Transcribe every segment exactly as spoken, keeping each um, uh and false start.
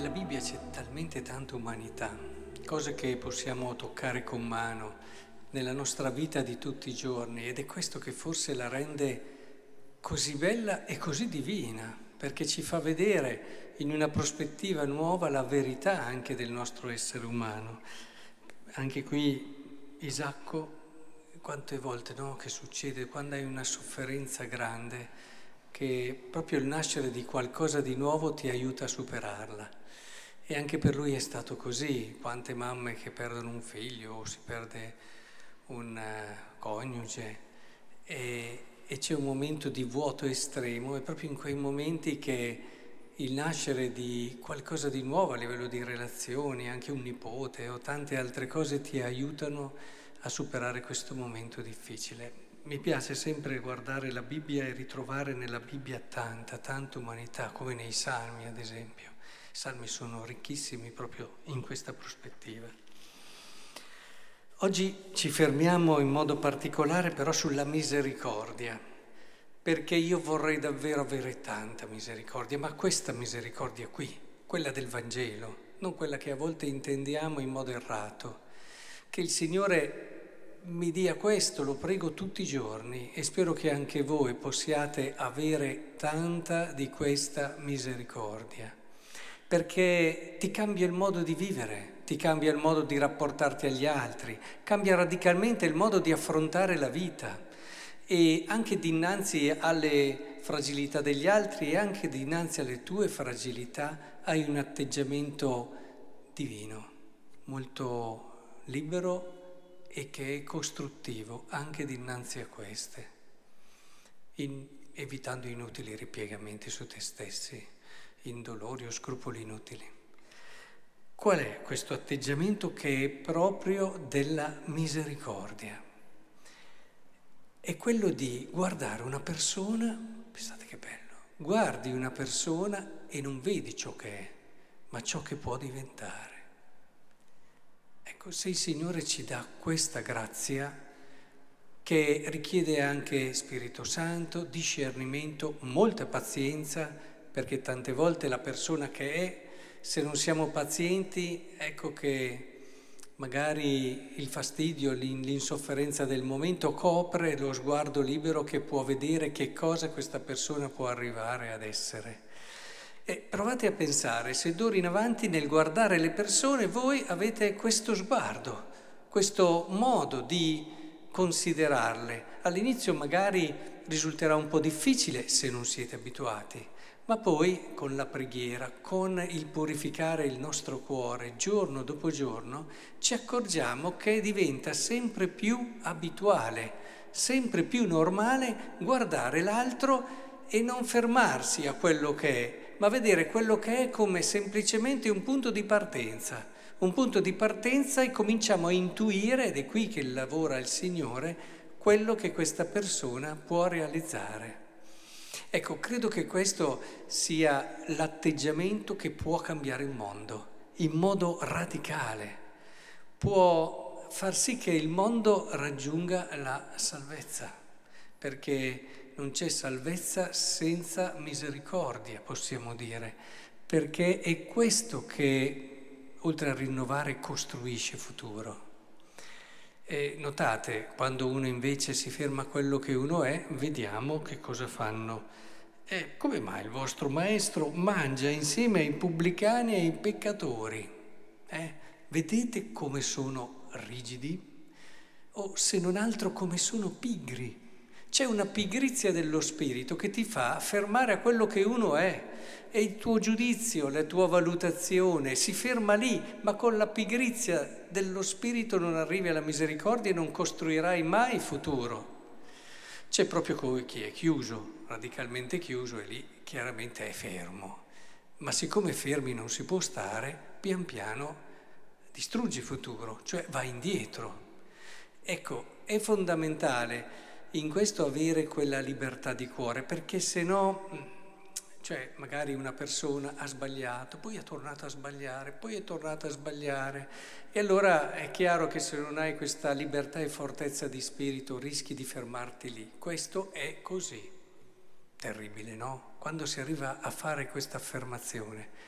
nella Bibbia c'è talmente tanta umanità, cose che possiamo toccare con mano nella nostra vita di tutti i giorni, ed è questo che forse la rende così bella e così divina, perché ci fa vedere in una prospettiva nuova la verità anche del nostro essere umano. Anche qui Isacco, quante volte no, che succede quando hai una sofferenza grande, che proprio il nascere di qualcosa di nuovo ti aiuta a superarla. E anche per lui è stato così. Quante mamme che perdono un figlio o si perde un uh, coniuge e, e c'è un momento di vuoto estremo, è proprio in quei momenti che il nascere di qualcosa di nuovo a livello di relazioni, anche un nipote o tante altre cose ti aiutano a superare questo momento difficile. Mi piace sempre guardare la Bibbia e ritrovare nella Bibbia tanta, tanta umanità, come nei Salmi ad esempio. I Salmi sono ricchissimi proprio in questa prospettiva. Oggi ci fermiamo in modo particolare però sulla misericordia, perché io vorrei davvero avere tanta misericordia, ma questa misericordia qui, quella del Vangelo, non quella che a volte intendiamo in modo errato, che il Signore mi dia questo, lo prego tutti i giorni e spero che anche voi possiate avere tanta di questa misericordia, perché ti cambia il modo di vivere, ti cambia il modo di rapportarti agli altri, cambia radicalmente il modo di affrontare la vita e anche dinanzi alle fragilità degli altri e anche dinanzi alle tue fragilità hai un atteggiamento divino, molto libero e che è costruttivo anche dinanzi a queste, in, evitando inutili ripiegamenti su te stessi, indolori o scrupoli inutili. Qual è questo atteggiamento che è proprio della misericordia? È quello di guardare una persona, pensate che bello, guardi una persona e non vedi ciò che è, ma ciò che può diventare. Ecco, se il Signore ci dà questa grazia, che richiede anche Spirito Santo, discernimento, molta pazienza, perché tante volte la persona che è, se non siamo pazienti, ecco che magari il fastidio, l'insofferenza del momento copre lo sguardo libero che può vedere che cosa questa persona può arrivare ad essere. E provate a pensare se d'ora in avanti nel guardare le persone voi avete questo sguardo, questo modo di considerarle. All'inizio magari risulterà un po' difficile se non siete abituati, ma poi con la preghiera, con il purificare il nostro cuore giorno dopo giorno, ci accorgiamo che diventa sempre più abituale, sempre più normale guardare l'altro e non fermarsi a quello che è, ma vedere quello che è come semplicemente un punto di partenza, un punto di partenza e cominciamo a intuire, ed è qui che lavora il Signore, quello che questa persona può realizzare. Ecco, credo che questo sia l'atteggiamento che può cambiare il mondo, in modo radicale, può far sì che il mondo raggiunga la salvezza, perché non c'è salvezza senza misericordia, possiamo dire, perché è questo che, oltre a rinnovare, costruisce futuro. E notate, quando uno invece si ferma a quello che uno è, vediamo che cosa fanno. Eh, come mai il vostro maestro mangia insieme ai pubblicani e ai peccatori? Eh? Vedete come sono rigidi? O se non altro come sono pigri? C'è una pigrizia dello spirito che ti fa fermare a quello che uno è e il tuo giudizio, la tua valutazione si ferma lì, ma con la pigrizia dello spirito non arrivi alla misericordia e non costruirai mai futuro. C'è proprio chi è chiuso, radicalmente chiuso, e lì chiaramente è fermo. Ma siccome fermi non si può stare, pian piano distruggi il futuro, cioè vai indietro. Ecco, è fondamentale in questo avere quella libertà di cuore, perché se no, cioè magari una persona ha sbagliato, poi è tornata a sbagliare, poi è tornata a sbagliare, e allora è chiaro che se non hai questa libertà e fortezza di spirito rischi di fermarti lì. Questo è così. Terribile, no? Quando si arriva a fare questa affermazione.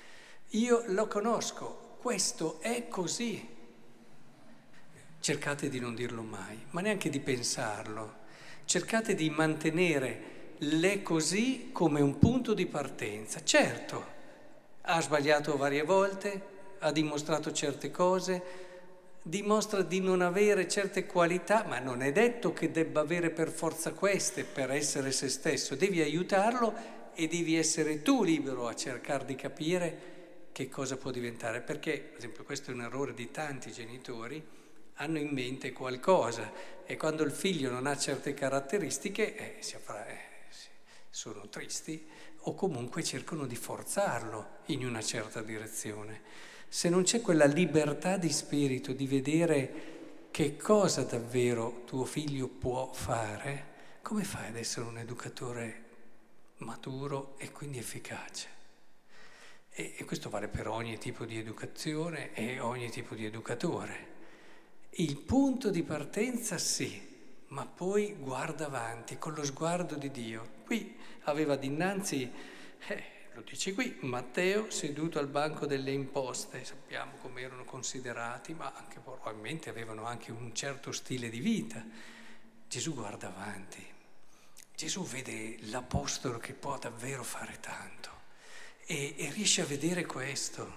io lo conosco, questo è così. Cercate di non dirlo mai, ma neanche di pensarlo. Cercate di mantenere l'è così come un punto di partenza. Certo, ha sbagliato varie volte, ha dimostrato certe cose, dimostra di non avere certe qualità, ma non è detto che debba avere per forza queste per essere se stesso. Devi aiutarlo e devi essere tu libero a cercare di capire che cosa può diventare. Perché, per esempio, questo è un errore di tanti genitori, hanno in mente qualcosa e quando il figlio non ha certe caratteristiche eh, si affra- eh, sono tristi o comunque cercano di forzarlo in una certa direzione. Se non c'è quella libertà di spirito di vedere che cosa davvero tuo figlio può fare, come fai ad essere un educatore maturo e quindi efficace? E, e questo vale per ogni tipo di educazione e ogni tipo di educatore. Il punto di partenza sì, ma poi guarda avanti con lo sguardo di Dio. Qui aveva dinanzi, eh, lo dice qui, Matteo seduto al banco delle imposte, sappiamo come erano considerati, ma anche probabilmente avevano anche un certo stile di vita. Gesù guarda avanti, Gesù vede l'apostolo che può davvero fare tanto e, e riesce a vedere questo.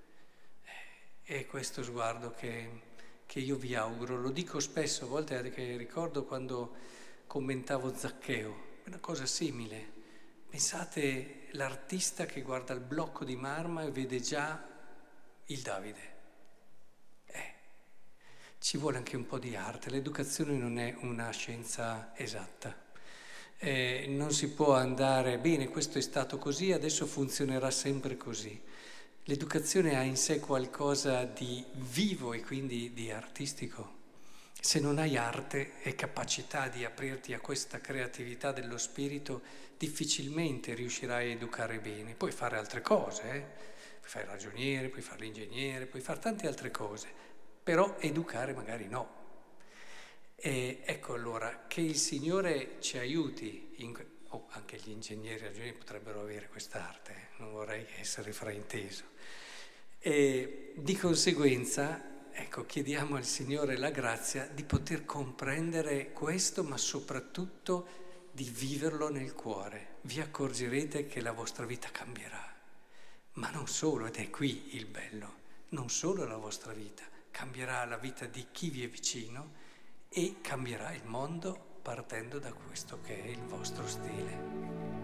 È questo sguardo che... che io vi auguro, lo dico spesso, a volte che ricordo quando commentavo Zaccheo, una cosa simile. Pensate l'artista che guarda il blocco di marmo e vede già il Davide. Eh, ci vuole anche un po' di arte, l'educazione non è una scienza esatta. Eh, non si può andare, bene, questo è stato così, adesso funzionerà sempre così. L'educazione ha in sé qualcosa di vivo e quindi di artistico. Se non hai arte e capacità di aprirti a questa creatività dello spirito, difficilmente riuscirai a educare bene. Puoi fare altre cose, eh? Puoi fare il ragioniere, puoi fare l'ingegnere, puoi fare tante altre cose, però educare magari no. E ecco allora, che il Signore ci aiuti in... Oh, anche gli ingegneri e ragionieri potrebbero avere quest'arte, eh? Non vorrei essere frainteso. E di conseguenza, ecco, chiediamo al Signore la grazia di poter comprendere questo, ma soprattutto di viverlo nel cuore. Vi accorgerete che la vostra vita cambierà. Ma non solo, ed è qui il bello, non solo la vostra vita, cambierà la vita di chi vi è vicino e cambierà il mondo partendo da questo che è il vostro stile.